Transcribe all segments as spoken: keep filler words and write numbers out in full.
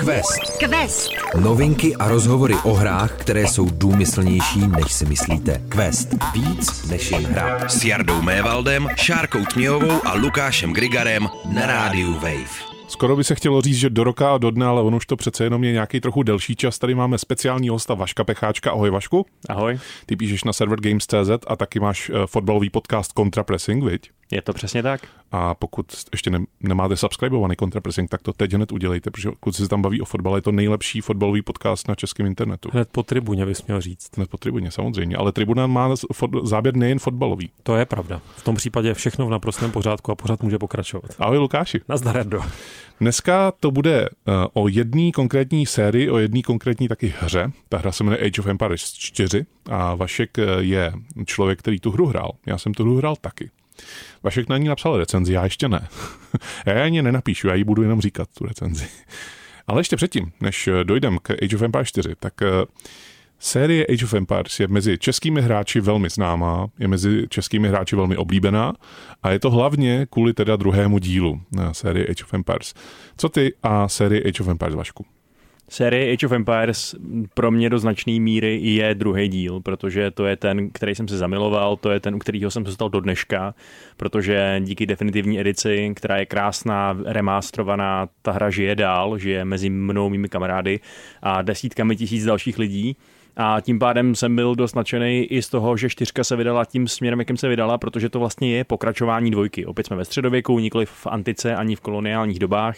Quest. Quest. Novinky a rozhovory o hrách, které jsou důmyslnější, než si myslíte. Quest. Víc než jen hra. S Jardou Mévaldem, Šárkou Tměhovou a Lukášem Grigarem na rádiu Wave. Skoro by se chtělo říct, že do roka a do dne, ale on už to přece jenom je nějaký trochu delší čas. Tady máme speciální hosta Vaška Pecháčka. Ahoj Vašku. Ahoj. Ty píšeš na server games tečka cé zet a taky máš fotbalový podcast Contrapressing, viď? Je to přesně tak. A pokud ještě ne, nemáte subscribovaný Contrapressing, tak to teď hned udělejte, protože pokud se tam baví o fotbale, je to nejlepší fotbalový podcast na českém internetu. Hned po tribuně bys měl říct. Hned po tribuně, samozřejmě, ale tribuna má fot- záběr nejen fotbalový. To je pravda. V tom případě je všechno v naprostém pořádku a pořád může pokračovat. Ahoj Lukáši. Nazdar, Jardo. Dneska to bude uh, o jedné konkrétní sérii, o jedné konkrétní taky hře. Ta hra se jmenuje Age of Empires čtyři a Vašek je člověk, který tu hru hrál. Já jsem tu hru hrál taky. Vašek na ní napsal recenzi, já ještě ne. Já ani nenapíšu, já ji budu jenom říkat, tu recenzi. Ale ještě předtím, než dojdem k Age of Empires čtyři, tak uh, série Age of Empires je mezi českými hráči velmi známá, je mezi českými hráči velmi oblíbená a je to hlavně kvůli teda druhému dílu na série Age of Empires. Co ty a série Age of Empires, Vašku? Série Age of Empires pro mě do značné míry je druhý díl, protože to je ten, který jsem se zamiloval, to je ten, u kterého jsem zůstal do dneška, protože díky definitivní edici, která je krásná, remasterovaná, ta hra žije dál, žije mezi mnou, mými kamarády a desítkami tisíc dalších lidí. A tím pádem jsem byl dost nadšený i z toho, že čtyřka se vydala tím směrem, jakým se vydala, protože to vlastně je pokračování dvojky. Opět jsme ve středověku, nikoli v antice ani v koloniálních dobách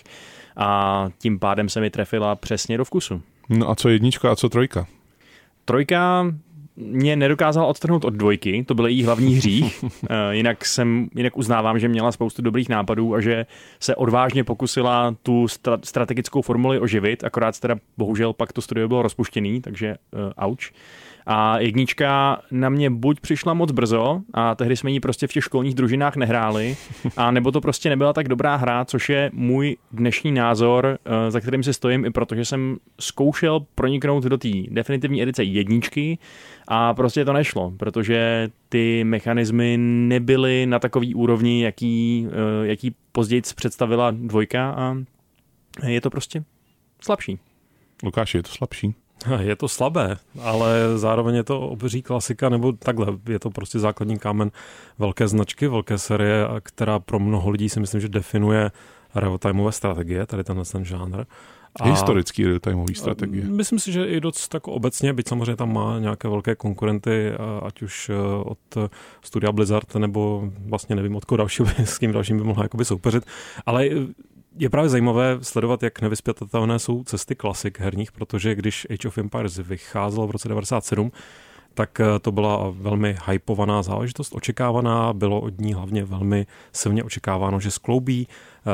a tím pádem se mi trefila přesně do vkusu. No a co jednička a co trojka? Trojka mě nedokázala odtrhnout od dvojky, to byl její hlavní hřích. jinak, jsem, jinak uznávám, že měla spoustu dobrých nápadů a že se odvážně pokusila tu stra- strategickou formuli oživit, akorát teda bohužel pak to studio bylo rozpuštěný, takže uh, auč. A jednička na mě buď přišla moc brzo a tehdy jsme ji prostě v těch školních družinách nehráli, a nebo to prostě nebyla tak dobrá hra, což je můj dnešní názor, za kterým si stojím i protože jsem zkoušel proniknout do té definitivní edice jedničky a prostě to nešlo, protože ty mechanismy nebyly na takový úrovni, jaký, jaký později představila dvojka a je to prostě slabší. Lukáši, je to slabší? Je to slabé, ale zároveň je to obří klasika, nebo takhle, je to prostě základní kámen velké značky, velké série, která pro mnoho lidí si myslím, že definuje real-timeové strategie, tady tenhle ten žánr. A historický real-timeový strategie. Myslím si, že i dost tak obecně, byť samozřejmě tam má nějaké velké konkurenty, ať už od studia Blizzard, nebo vlastně nevím, od koho dalšího, s kým dalším by mohla jakoby soupeřit, ale je právě zajímavé sledovat, jak nevyzpětatelné jsou cesty klasik herních, protože když Age of Empires vycházelo v roce devadesát sedm, tak to byla velmi hypovaná záležitost, očekávaná, bylo od ní hlavně velmi silně očekáváno, že skloubí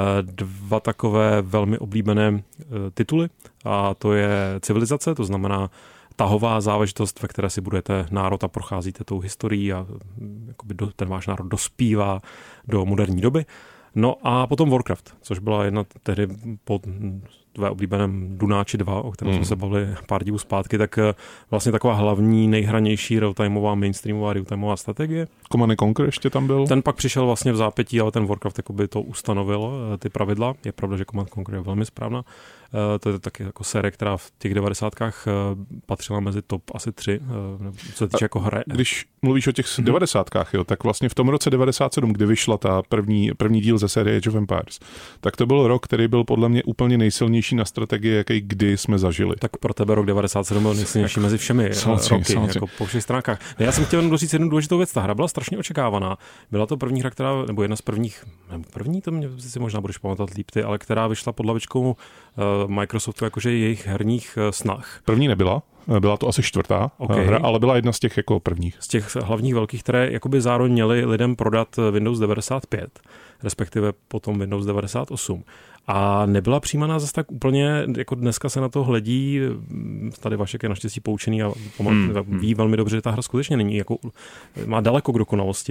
dva takové velmi oblíbené tituly, a to je civilizace, to znamená tahová záležitost, ve které si budete národ a procházíte tou historií a jakoby do, ten váš národ dospívá do moderní doby. No a potom Warcraft, což byla jedna tehdy po tvé oblíbeném Dunáči dva, o kterém mm. jsme se bavili pár dílů zpátky, tak vlastně taková hlavní, nejhranější real-timeová, mainstreamová real-timeová strategie. Command and Conquer ještě tam byl? Ten pak přišel vlastně v zápětí, ale ten Warcraft jakoby to ustanovil, ty pravidla. Je pravda, že Command and Conquer je velmi správná. To je taky jako série, která v těch devadesátkách patřila mezi top asi tři, co se týče jako hry. Když mluvíš o těch hmm. devadesátkách, jo, tak vlastně v tom roce devadesát sedm, kdy vyšla ta první, první díl ze série Age of Empires, tak to byl rok, který byl podle mě úplně nejsilnější na strategii, jaký kdy jsme zažili. Tak pro tebe rok devadesát sedm byl nejsilnější mezi všemi samozřejmě, roky, samozřejmě. Jako po všech stránkách. No, já jsem chtěl jenom říct jednu důležitou věc, ta hra byla strašně očekávaná. Byla to první hra, která, nebo jedna z prvních, nebo první, to mě si možná budeš pamatovat líp ty, ale která vyšla pod hlavičkou uh, Microsoftu, jakože jejich herních uh, snah. První nebyla, byla to asi čtvrtá okay. hra, ale byla jedna z těch jako prvních. Z těch hlavních velkých, které jakoby zároveň měly lidem prodat Windows devadesát pět, respektive potom Windows devadesát osm. A nebyla přijímaná zase tak úplně, jako dneska se na to hledí, tady Vašek je naštěstí poučený a pomal, hmm. ví velmi dobře, že ta hra skutečně není, jako, má daleko k dokonalosti.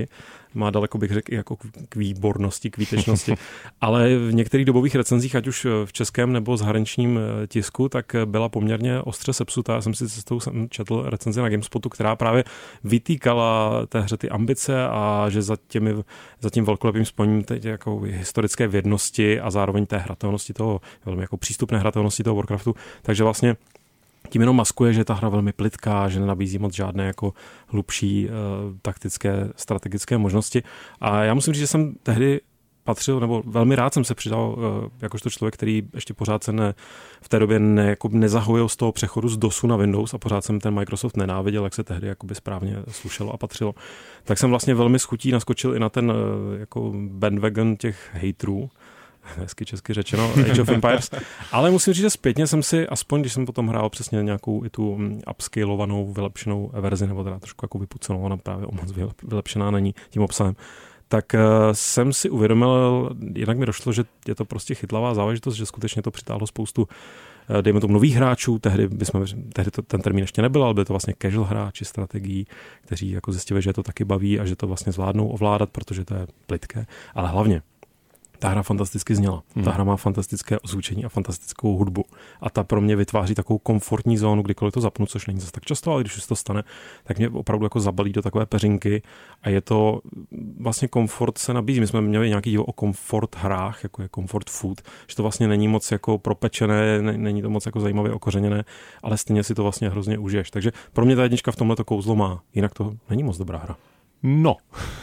má daleko, bych řekl, i jako k výbornosti, k výtečnosti. Ale v některých dobových recenzích, ať už v českém nebo zahraničním tisku, tak byla poměrně ostře sepsutá. Já jsem si cestou jsem četl recenzi na GameSpotu, která právě vytýkala té hře ty ambice a že za, těmi, za tím velkolepým spojením teď jako historické vědnosti a zároveň té hratelnosti toho, velmi jako přístupné hratelnosti toho Warcraftu. Takže vlastně tím jenom maskuje, že je ta hra velmi plytká, že nenabízí moc žádné jako hlubší uh, taktické, strategické možnosti. A já musím říct, že jsem tehdy patřil, nebo velmi rád jsem se přidal uh, jakožto člověk, který ještě pořád se ne, v té době ne, jako nezahojil z toho přechodu z DOSu na Windows a pořád jsem ten Microsoft nenáviděl, jak se tehdy jakoby správně slušelo a patřilo. Tak jsem vlastně velmi s chutí naskočil i na ten uh, jako bandwagon těch haterů, hezky česky řečeno, Age of Empires. Ale musím říct, že zpětně jsem si, aspoň když jsem potom hrál přesně nějakou i tu upscalovanou, vylepšenou verzi, nebo teda trošku jako vypucenou, ona právě o moc vylepšená není tím obsahem, tak uh, jsem si uvědomil, jinak mi došlo, že je to prostě chytlavá záležitost, že skutečně to přitáhlo spoustu uh, dejme tomu nových hráčů, tehdy, bychom, tehdy to, ten termín ještě nebyl, ale byly to vlastně casual hráči strategií, kteří jako zjistili, že je to taky baví a že to vlastně zvládnou ovládat, protože to je plitké, ale hlavně ta hra fantasticky zněla. Hmm. Ta hra má fantastické ozvučení a fantastickou hudbu. A ta pro mě vytváří takovou komfortní zónu, kdykoliv to zapnu, což není zase tak často, ale když už to stane, tak mě opravdu jako zabalí do takové peřinky a je to vlastně komfort se nabízí. My jsme měli nějaký díl o komfort hrách, jako je comfort food, že to vlastně není moc jako propečené, není to moc jako zajímavě okořeněné, ale stejně si to vlastně hrozně užiješ. Takže pro mě ta jednička v tomhle to kouzlo má. Jinak to není moc dobrá hra. No.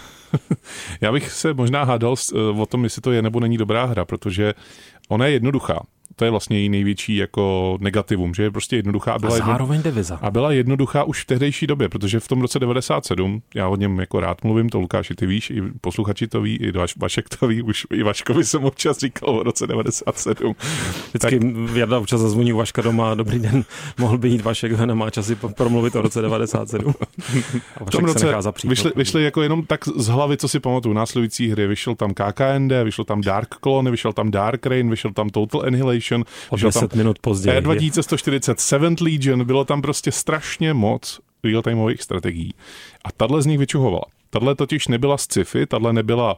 Já bych se možná hádal o tom, jestli to je nebo není dobrá hra, protože ona je jednoduchá. To je vlastně její největší jako negativum, že je prostě jednoduchá a byla, a zároveň jedno... deviza. A byla jednoduchá už v tehdejší době, protože v tom roce devadesát sedm, já o něm jako rád mluvím, to Lukáši ty víš, i posluchači to ví, i Vašek to ví, už i Vaškovi jsem občas říkal o roce devadesát sedm. Vždycky tak... Jarda občas zazvoní u Vaška doma, dobrý den, mohl by jít Vašek, nemá časy promluvit o roce devadesát sedm. A Vašek roce se nechá zapřít. Vyšli, vyšli jako jenom tak z hlavy, co si pamatuju, následující hry, vyšel tam K K N D, vyšel tam Dark Clone, vyšel tam Dark Rain, vyšel tam Total Annihilation, vyšel tam minut později. E dva tisíce sto čtyřicet, Seventh Legion, bylo tam prostě strašně moc real-timeových strategií. A tahle z nich vyčuhovala. Tahle totiž nebyla sci-fi, tahle nebyla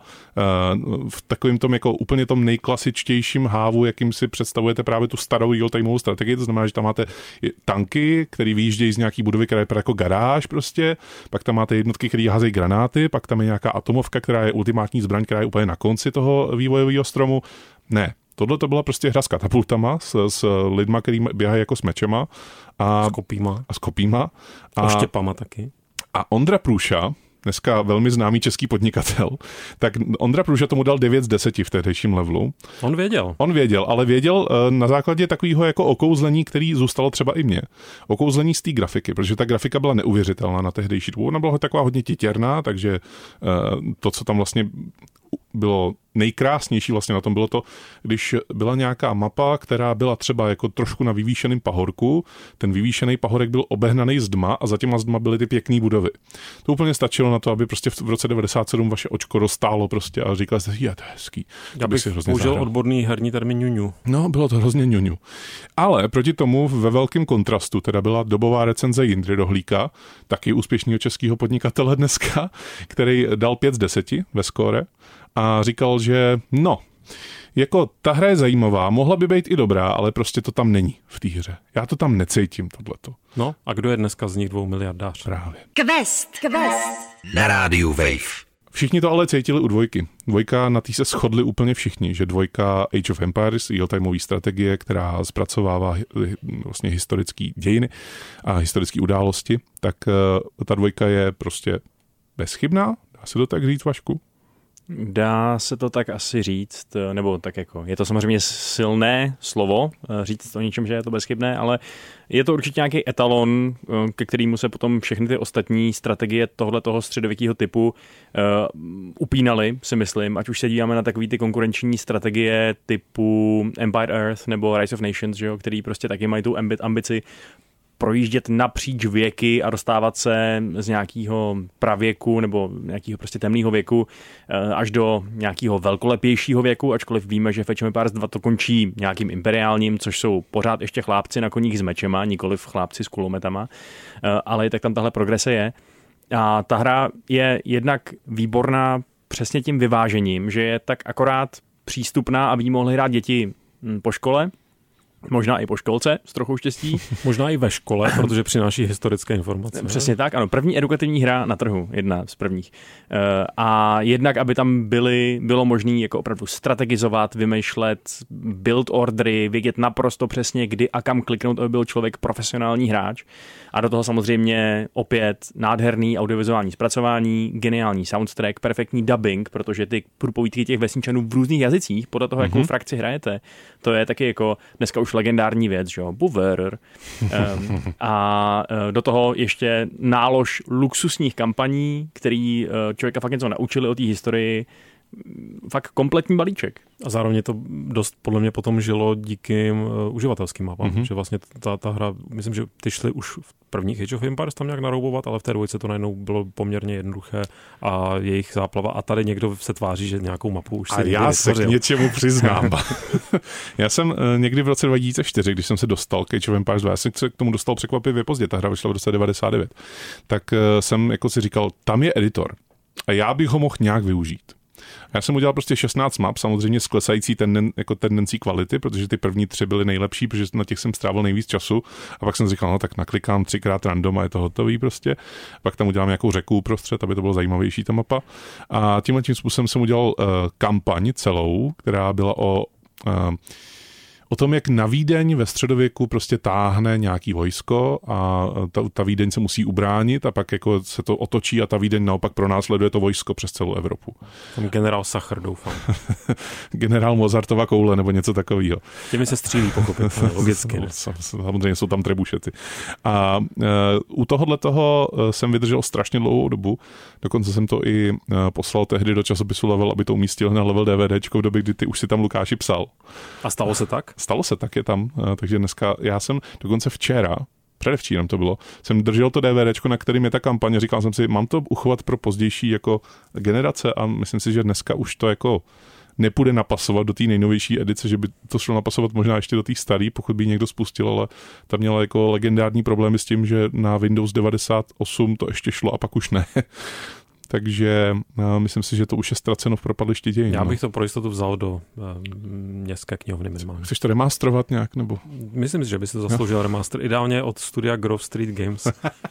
uh, v takovém tom jako úplně tom nejklasičtějším hávu, jakým si představujete právě tu starou real-timeovou strategii, to znamená, že tam máte tanky, které vyjíždějí z nějaký budovy, která je jako garáž prostě, pak tam máte jednotky, které házejí granáty, pak tam je nějaká atomovka, která je ultimátní zbraň, která je úplně na konci toho vývojového stromu. Ne. Tohle to byla prostě hra s katapultama, s, s lidma, který běhají jako s mečema. A, s kopíma. A s kopíma. A štěpama taky. A Ondra Průša, dneska velmi známý český podnikatel, tak Ondra Průša tomu dal devět z deseti v tehdejším levelu. On věděl. On věděl, ale věděl na základě takového jako okouzlení, který zůstalo třeba i mně. Okouzlení z té grafiky, protože ta grafika byla neuvěřitelná na tehdejší dobu. Ona byla taková hodně titěrná, takže to, co tam vlastně bylo nejkrásnější vlastně na tom bylo to, když byla nějaká mapa, která byla třeba jako trošku na vyvýšeném pahorku, ten vyvýšený pahorek byl obehnaný zdma a za těma zdma byly ty pěkný budovy. To úplně stačilo na to, aby prostě v roce devadesát sedm vaše očko roztálo prostě a říkali jste, je to hezký. Já bych použil odborný herní termín ňuňu. No, bylo to hrozně ňuňu. Ale proti tomu ve velkém kontrastu teda byla dobová recenze Jindry Rohlíka, taky úspěšného českého podnikatele dneska, který dal pět z deseti ve skóre a říkal, že no, jako ta hra je zajímavá, mohla by být i dobrá, ale prostě to tam není v té hře. Já to tam necítím, tohleto. No, a kdo je dneska z nich dvou miliardář? Právě. Quest, Quest. Na rádiu Wave. Všichni to ale cítili u dvojky. Dvojka, na té se shodli úplně všichni, že dvojka Age of Empires, real-timeový strategie, která zpracovává vlastně historické dějiny a historické události, tak ta dvojka je prostě bezchybná. Dá se to tak říct, Vašku? Dá se to tak asi říct, nebo tak jako, je to samozřejmě silné slovo, říct o ničem, že je to bezchybné, ale je to určitě nějaký etalon, ke kterému se potom všechny ty ostatní strategie tohletoho středověkého typu uh, upínaly, si myslím, ať už se díváme na takový ty konkurenční strategie typu Empire Earth nebo Rise of Nations, že jo, který prostě taky mají tu ambici projíždět napříč věky a dostávat se z nějakého pravěku nebo nějakého prostě temného věku až do nějakého velkolepějšího věku, ačkoliv víme, že v Age of Empires dva to končí nějakým imperiálním, což jsou pořád ještě chlápci na koních s mečema, nikoliv chlápci s kulometama, ale tak tam tahle progrese je. A ta hra je jednak výborná přesně tím vyvážením, že je tak akorát přístupná, aby ji mohly hrát děti po škole, možná i po školce, s trochou štěstí. Možná i ve škole, protože přináší historické informace. Přesně tak, ano. První edukativní hra na trhu, jedna z prvních. A jednak, aby tam byly, bylo možné jako opravdu strategizovat, vymýšlet build ordery, vědět naprosto přesně, kdy a kam kliknout, aby byl člověk profesionální hráč. A do toho samozřejmě opět nádherný audiovizuální zpracování, geniální soundtrack, perfektní dubbing, protože ty průpovídky těch vesničanů v různých jazycích, podle toho, jakou mm-hmm. frakci hrajete, to je taky jako dneska už legendární věc, že jo, Buver. um, a uh, do toho ještě nálož luxusních kampaní, který uh, člověka fakt něco naučili o té historii, fakt kompletní balíček. A zároveň to dost podle mě potom žilo díky uh, uživatelským mapám, mm-hmm. že vlastně ta, ta hra, myslím, že ty šly už v prvních Age of Empires tam nějak naroubovat, ale v té dvojce to najednou bylo poměrně jednoduché a jejich záplava a tady někdo se tváří, že nějakou mapu už si a já se k něčemu přiznám. Já jsem uh, někdy v roce dva tisíce čtyři, když jsem se dostal k Age of Empires dva, já jsem se k tomu dostal překvapivě pozdě, ta hra vyšla v roce devadesát devět, tak uh, jsem jako si říkal, tam je editor a já bych ho mohl nějak využít. Já jsem udělal prostě šestnáct map, samozřejmě s klesající tenden, jako tendencí kvality, protože ty první tři byly nejlepší, protože na těch jsem strávil nejvíc času. A pak jsem říkal, no tak naklikám třikrát random a je to hotový prostě. Pak tam udělám nějakou řeku uprostřed, aby to bylo zajímavější ta mapa. A tímhle tím způsobem jsem udělal uh, kampaň celou, která byla o... Uh, o tom, jak na Vídeň ve středověku prostě táhne nějaký vojsko a ta, ta Vídeň se musí ubránit a pak jako se to otočí a ta Vídeň naopak pronásleduje to vojsko přes celou Evropu. Tam generál Sachr, doufám. Generál Mozartova koule nebo něco takového. Těmi se střílí, pochopit, logicky. Samozřejmě jsou tam trebušety. A uh, u tohohle toho jsem vydržel strašně dlouhou dobu, dokonce jsem to i uh, poslal tehdy do časopisu Level, aby to umístil na Level DVDčko v době, kdy ty už si tam, Lukáši, psal. A stalo se tak? Stalo se tak, je tam, takže dneska, já jsem dokonce včera, předevčírem to bylo, jsem držel to DVDčko, na kterým je ta kampaně, říkal jsem si, mám to uchovat pro pozdější jako generace a myslím si, že dneska už to jako nepůjde napasovat do té nejnovější edice, že by to šlo napasovat možná ještě do té staré, pokud by někdo spustil, ale ta měla jako legendární problémy s tím, že na Windows devadesát osm to ještě šlo a pak už ne. Takže uh, myslím si, že to už je ztraceno v propadlišti dějin. Já bych to pro jistotu vzal do uh, městské knihovny minimálně. Chceš to remasterovat nějak? Nebo? Myslím si, že by se zasloužil no. remaster. Ideálně od studia Grove Street Games.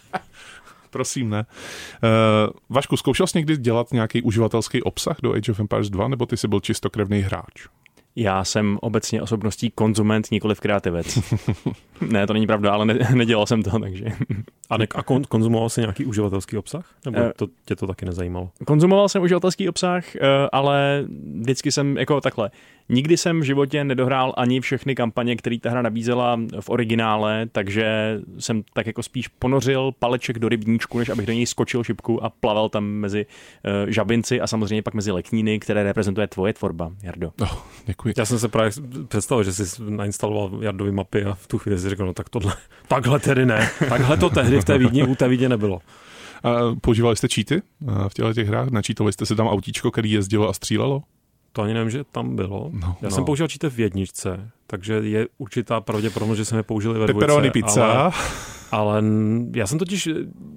Prosím, ne. Uh, Vašku, zkoušel jsi někdy dělat nějaký uživatelský obsah do Age of Empires dva, nebo ty jsi byl čistokrevný hráč? Já jsem obecně osobností konzument, nikoliv kreativec. Ne, to není pravda, ale ne, nedělal jsem to, takže... A, ne, a kon, konzumoval jsi nějaký uživatelský obsah? Nebo to, tě to taky nezajímalo? Konzumoval jsem uživatelský obsah, ale vždycky jsem jako takhle. Nikdy jsem v životě nedohrál ani všechny kampaně, které ta hra nabízela v originále, takže jsem tak jako spíš ponořil paleček do rybníčku, než abych do něj skočil šipku a plaval tam mezi uh, žabinci a samozřejmě pak mezi lekníny, které reprezentuje tvoje tvorba, Jardo. Oh, děkuji. Já jsem se právě představil, že jsi nainstaloval Jardovy mapy a v tu chvíli si řekl, no tak tohle, takhle tedy ne. Takhle to tehdy v té Vídni, u té Vídně nebylo. A používali jste cheaty v těchto těch hrách? Načítovali jste si tam autíčko, který jezdilo a střílelo? To ani nevím, že tam bylo. No, Já no. jsem používal cheaty v jedničce, takže je určitá pravděpodobnost, že jsme je použili ve dvojce. Pepperoni pizza. Ale, ale já jsem totiž,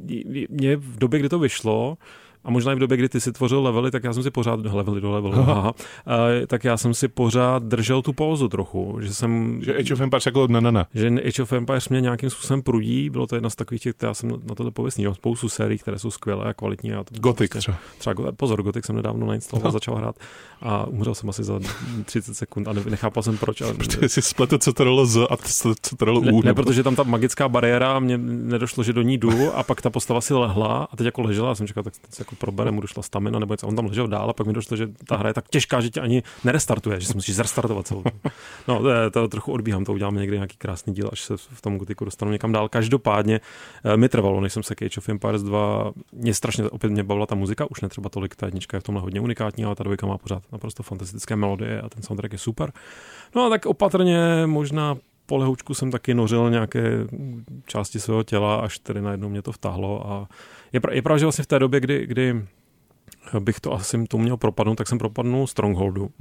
mě v době, kdy to vyšlo, a možná i v době, kdy ty si tvořil levely, tak já jsem si pořád, levely do levelu, aha, tak já jsem si pořád držel tu pauzu trochu, že jsem... Že Age of Empires jako ne, ne, ne. Že Age of Empires mě nějakým způsobem prudí, bylo to jedna z takových těch, já jsem na tohle pověstný, mám spoustu sérií, které jsou skvělé a kvalitní. A to Gothic prostě, třeba. Třeba, pozor, Gothic jsem nedávno nainstaloval, no. Začal hrát a umřel jsem asi za třicet sekund a nechápal jsem proč. Ale... Protože jsi spletl C T R L Z a C T R L U. Ne, ne, protože tam ta magická bariéra, mě nedošlo, že do ní jdu a pak ta postava si lehla a teď jako ležela, já jsem čekal, tak se jako probere, mu došla stamina nebo něco, on tam ležel dál a pak mi došlo, že ta hra je tak těžká, že tě ani nerestartuje, že si musíš zrestartovat celou. No, to, je, to trochu odbíhám, to uděláme někdy nějaký krásný díl, až se v tom Gothicu dostanu někam dál. Každopádně mi trvalo, než jsem se k Age of Empires dva, mě strašně opět mě bavila ta muzika, už netřeba tolik, ta jednička je v tomhle hodně unikátní, ale ta dvojka má pořád naprosto fantastické melodie a ten soundtrack je super. No a tak opatrně možná po lehoučku jsem taky nořil nějaké části svého těla, až tedy najednou mě to vtáhlo a je, pra, je pravda, že vlastně v té době, kdy, kdy bych to asi tomu měl propadnout, tak jsem propadnul Strongholdu. Hmm.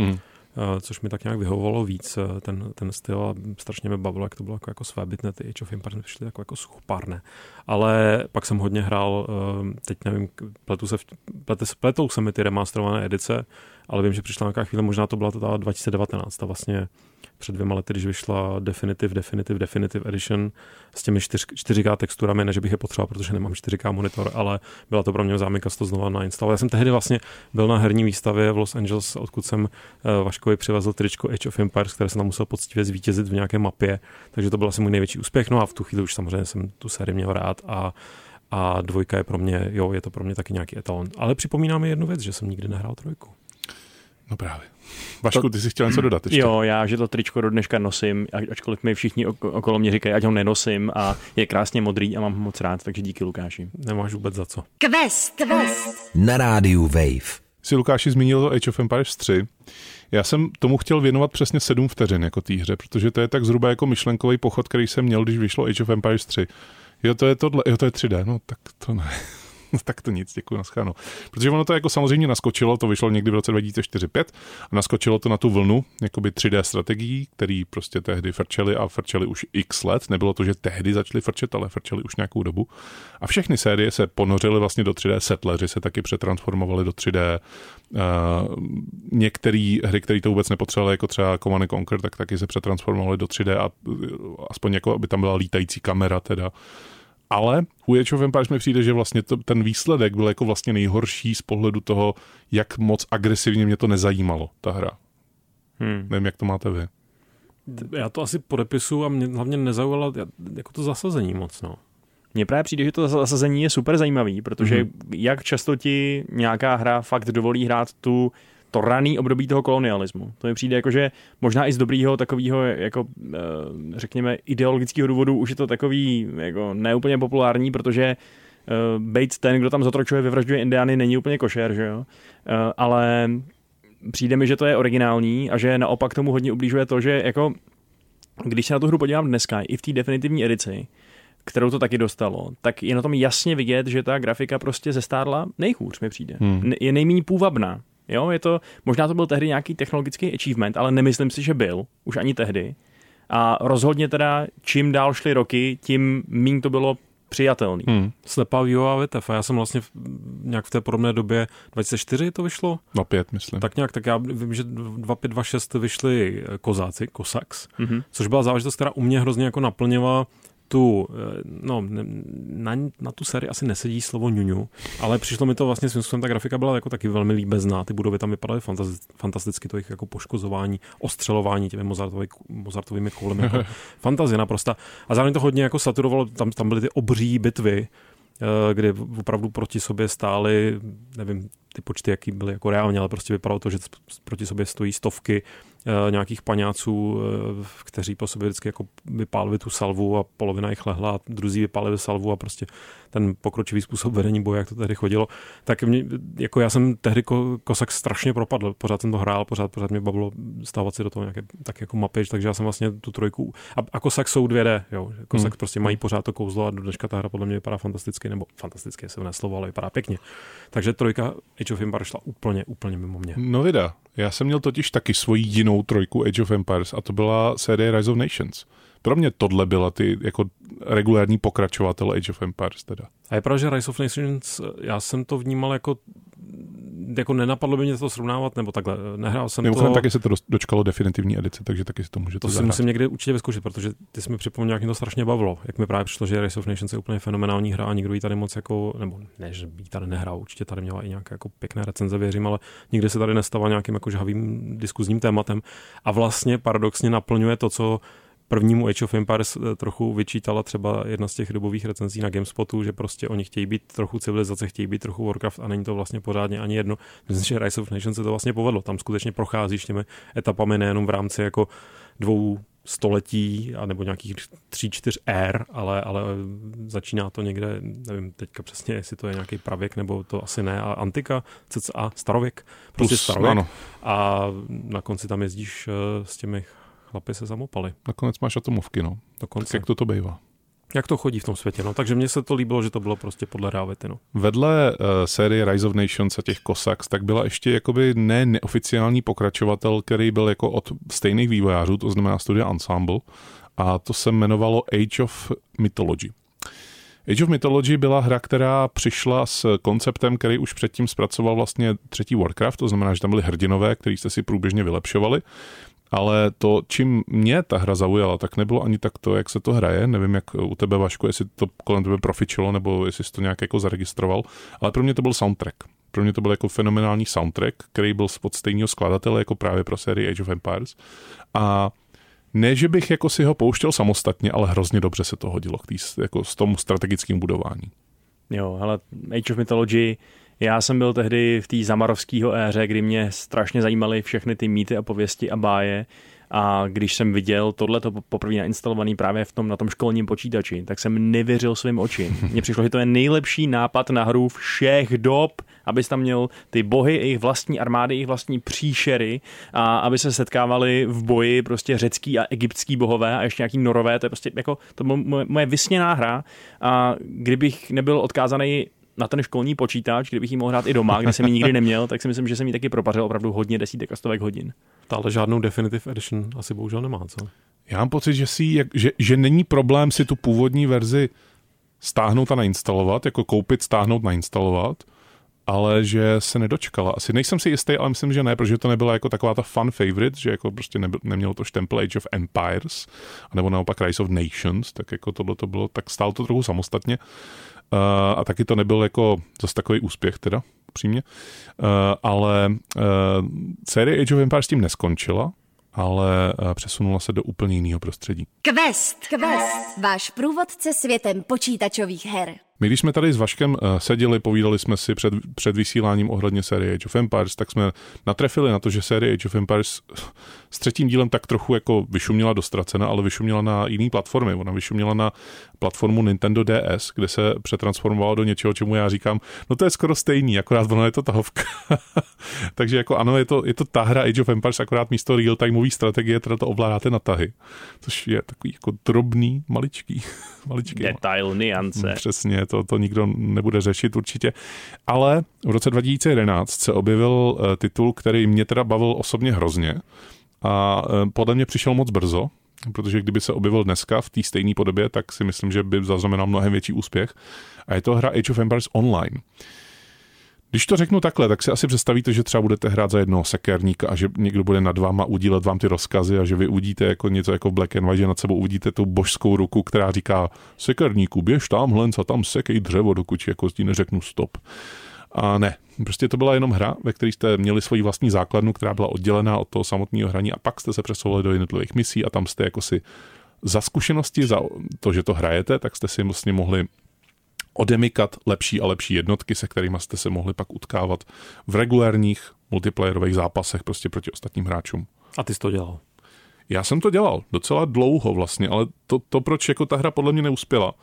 což mi tak nějak vyhovovalo víc, ten, ten styl a strašně mi bavilo, jak to bylo jako, jako svébytné, ty Age of Empires mi přišly jako, jako suchopárné. Ale pak jsem hodně hrál, teď nevím, pletu se, plete, pletou se mi ty remasterované edice, ale vím, že přišla nějaká chvíle, možná to byla to ta dva tisíce devatenáct, ta vlastně před dvěma lety, když vyšla Definitive, Definitive, Definitive Edition s těmi čtyři ká texturami, ne, že bych je potřeboval, protože nemám čtyři ká monitor, ale byla to pro mě záminka to znova nainstalovat. Já jsem tehdy vlastně byl na herní výstavě v Los Angeles, odkud jsem Vaškovi přivezl tričko Age of Empires, které jsem tam musel poctivě zvítězit v nějaké mapě, takže to byl asi můj největší úspěch. No a v tu chvíli už samozřejmě jsem tu sérii měl rád a a dvojka je pro mě, jo, je to pro mě taky nějaký etalon. Ale připomíná mi jednu věc, že jsem nikdy nehrál trojku. No právě. Vašku, ty jsi chtěl něco dodat ještě? Jo, já, že to tričko do dneška nosím, ačkoliv mi všichni okolo mě říkají, ať ho nenosím a je krásně modrý a mám ho moc rád, takže díky Lukáši. Nemáš vůbec za co. Quest, Quest. Na rádiu Wave. Si Lukáši zmínil to Age of Empires tři. Já jsem tomu chtěl věnovat přesně sedm vteřin jako té hře, protože to je tak zhruba jako myšlenkový pochod, který jsem měl, když vyšlo Age of Empires tři. Jo, to je tohle, jo, to je tři dé, no tak to ne. Tak to nic, děkuji, nascháno. Protože ono to jako samozřejmě naskočilo, to vyšlo někdy v roce dva tisíce čtyři pět a naskočilo to na tu vlnu jakoby tři dé strategií, který prostě tehdy frčeli a frčeli už x let. Nebylo to, že tehdy začali frčet, ale frčeli už nějakou dobu. A všechny série se ponořily vlastně do tři dé, Settleri se taky přetransformovali do tři dé. Uh, některé hry, které to vůbec nepotřebovaly, jako třeba Command and Conquer, tak taky se přetransformovaly do tři dé a aspoň jako, aby tam byla lítající kamera teda. Ale u Age of Empires mi přijde, že vlastně to, ten výsledek byl jako vlastně nejhorší z pohledu toho, jak moc agresivně mě to nezajímalo, ta hra. Hmm. Nevím, jak to máte vy. Já to asi podepisu a mě hlavně nezaujalo jako to zasazení moc, no. Mně právě přijde, že to zasazení je super zajímavý, protože mm-hmm. jak často ti nějaká hra fakt dovolí hrát tu to raný období toho kolonialismu. To mi přijde jako, že možná i z dobrýho takového, jako řekněme, ideologického důvodu už je to takový jako neúplně populární, protože bejt ten, kdo tam zotročuje, vyvražďuje indiány, není úplně košer, že jo? Ale přijde mi, že to je originální a že naopak tomu hodně ubližuje to, že jako když se na tu hru podívám dneska, i v té definitivní edici, kterou to taky dostalo, tak je na tom jasně vidět, že ta grafika prostě zestárla nejhůř, mi přijde. Hmm. Je nejméně půvabná. Jo, je to, možná to byl tehdy nějaký technologický achievement, ale nemyslím si, že byl, už ani tehdy. A rozhodně teda, čím dál šly roky, tím míň to bylo přijatelný. Hmm. Slepá vývojová větev. A já jsem vlastně v, nějak v té podobné době, dva tisíce čtyři to vyšlo? dva pět, myslím. Tak nějak, tak já vím, že dva pět, dva šest vyšli kozáci, Cossacks, mm-hmm. což byla záležitost, která u mě hrozně jako naplňovala tu, no, na, na tu sérii asi nesedí slovo ňuňu, ale přišlo mi to vlastně svým způsobem, ta grafika byla jako taky velmi líbezná, ty budovy tam vypadaly fantasticky, to jejich jako poškozování, ostřelování těmi mozartový, mozartovými koulemi, jako fantazie naprosta. A zároveň to hodně jako saturovalo, tam, tam byly ty obří bitvy, kdy opravdu proti sobě stály, nevím, ty počty, jaký byly jako reálně, ale prostě vypadalo to, že proti sobě stojí stovky nějakých paňáců, kteří po sobě vždycky jako vypálili tu salvu a polovina jich lehla a druzí vypálili salvu a prostě ten pokročilý způsob vedení boje, jak to tehdy chodilo. Tak mě, jako já jsem tehdy Kosak strašně propadl, pořád jsem to hrál, pořád, pořád mě bavilo stávat si do toho nějaké tak jako mapy, takže já jsem vlastně tu trojku a, a Kosak jsou dvě dé, jo. Kosak hmm. prostě mají pořád to kouzlo a do dneška ta hra podle mě vypadá fantasticky, nebo fantasticky se neslovo, ale vypadá pěkně. Takže trojka Age of Empires šla úplně, úplně mimo mě. No vida, já jsem měl totiž taky svoji jinou trojku Age of Empires a to byla série Rise of Nations. Pro mě tohle byla ty jako regulární pokračovatel Age of Empires teda. A je pravda, že Rise of Nations, já jsem to vnímal jako jako nenapadlo by mě to srovnávat, nebo takhle, nehrál jsem Mimochodem, to. taky se to dočkalo definitivní edice, takže taky si to můžete To si zahrát. musím někdy určitě vyzkoušet, protože ty jsi mi připomněl, jak mě to strašně bavilo. Jak mi právě přišlo, že Rise of Nations je úplně fenomenální hra a nikdo ji tady moc jako, nebo ne, že ji tady nehrál, určitě tady měla i nějaké jako pěkné recenze, věřím, ale nikdy se tady nestává nějakým jako žhavým diskuzním tématem a vlastně paradoxně naplňuje to, co prvnímu Age of Empires trochu vyčítala třeba jedna z těch dobových recenzí na GameSpotu, že prostě oni chtějí být trochu civilizace, chtějí být trochu Warcraft a není to vlastně pořádně ani jedno. Myslím, že Rise of Nations se to vlastně povedlo. Tam skutečně procházíš těmi etapami nejenom v rámci jako dvou století a nebo nějakých tří, čtyř ér, ale, ale začíná to někde, nevím teďka přesně, jestli to je nějaký pravěk, nebo to asi ne, a antika, cca starověk, prostě Plus, starověk. Ano. A na konci tam jezdíš s těmi chlapi se zamopali. Nakonec máš atomovky, no. Dokonce. Tak jak to to bývá. Jak to chodí v tom světě, no. Takže mně se to líbilo, že to bylo prostě podle reality, no. Vedle uh, série Rise of Nations a těch Cossacks, tak byla ještě jakoby ne neoficiální pokračovatel, který byl jako od stejných vývojářů, to znamená studia Ensemble, a to se jmenovalo Age of Mythology. Age of Mythology byla hra, která přišla s konceptem, který už předtím zpracoval vlastně třetí Warcraft, to znamená, že tam byli hrdinové, který jste si průběžně vylepšovali, ale to, čím mě ta hra zaujala, tak nebylo ani tak to, jak se to hraje, nevím, jak u tebe, Vašku, jestli to kolem tebe profičilo, nebo jestli jsi to nějak jako zaregistroval, ale pro mě to byl soundtrack. Pro mě to byl jako fenomenální soundtrack, který byl od stejného skladatele jako právě pro sérii Age of Empires. A ne, že bych jako si ho pouštěl samostatně, ale hrozně dobře se to hodilo k tý, jako s tomu strategickým budování. Jo, ale Age of Mythology, já jsem byl tehdy v té zamarovského éře, kdy mě strašně zajímaly všechny ty mýty a pověsti a báje. A když jsem viděl tohleto poprvé nainstalovaný právě v tom, na tom školním počítači, tak jsem nevěřil svým očím. Mně přišlo, že to je nejlepší nápad na hru všech dob, abys tam měl ty bohy, jejich vlastní armády, jejich vlastní příšery a aby se setkávali v boji prostě řecký a egyptský bohové a ještě nějaký norové, to je prostě jako to moje, moje vysněná hra a kdybych nebyl odkázaný na ten školní počítač, kdybych ji mohl hrát i doma, kde jsem ji nikdy neměl, tak si myslím, že jsem ji taky propařil opravdu hodně desítek a stovek hodin. Ale žádnou Definitive Edition asi bohužel nemá, co? Já mám pocit, že, si, jak, že, že není problém si tu původní verzi stáhnout a nainstalovat, jako koupit, stáhnout, nainstalovat, ale že se nedočkala. Asi nejsem si jistý, ale myslím, že ne, protože to nebyla jako taková ta fun favorite, že jako prostě nebyl, nemělo to štempel Age of Empires, nebo naopak Rise of Nations, tak jako tohle to bylo, tak stál to trochu samostatně. Uh, a taky to nebyl jako zase takový úspěch teda, upřímně. Uh, ale uh, série Age of Empires tím neskončila, ale uh, přesunula se do úplně jiného prostředí. Quest. Quest. Váš průvodce světem počítačových her. My, když jsme tady s Vaškem seděli, povídali jsme si před, před vysíláním ohledně série Age of Empires, tak jsme natrefili na to, že série Age of Empires s třetím dílem tak trochu jako vyšuměla do ztracena, ale vyšuměla na jiný platformy. Ona vyšuměla na platformu Nintendo D S, kde se přetransformovala do něčeho, čemu já říkám, no to je skoro stejný, akorát ono je to tahovka. Takže jako ano, je to, je to ta hra Age of Empires, akorát místo real-timeový strategie, teda to ovládáte na tahy. Což je takový jako drobný, maličký. maličký Detail, niance. Přesně, to, to nikdo nebude řešit určitě. Ale v roce dva tisíce jedenáct se objevil titul, který mě teda bavil osobně hrozně a podle mě přišel moc brzo, protože kdyby se objevil dneska v té stejné podobě, tak si myslím, že by zaznamenal mnohem větší úspěch. A je to hra Age of Empires Online. Když to řeknu takhle, tak si asi představíte, že třeba budete hrát za jednoho sekérníka a že někdo bude nad váma udílet vám ty rozkazy a že vy uvidíte jako něco jako v Black and White, že nad sebou uvidíte tu božskou ruku, která říká sekérníku, běž tamhle a tam sekej dřevo, dokud jako ti neřeknu stop. A ne, prostě to byla jenom hra, ve které jste měli svoji vlastní základnu, která byla oddělená od toho samotného hraní a pak jste se přesouvali do jednotlivých misí a tam jste jako si za zkušenosti, za to, že to hrajete, tak jste si vlastně mohli odemykat lepší a lepší jednotky, se kterými jste se mohli pak utkávat v regulérních multiplayerových zápasech prostě proti ostatním hráčům. A ty jsi to dělal? Já jsem to dělal docela dlouho vlastně, ale to, to proč jako ta hra podle mě neuspěla,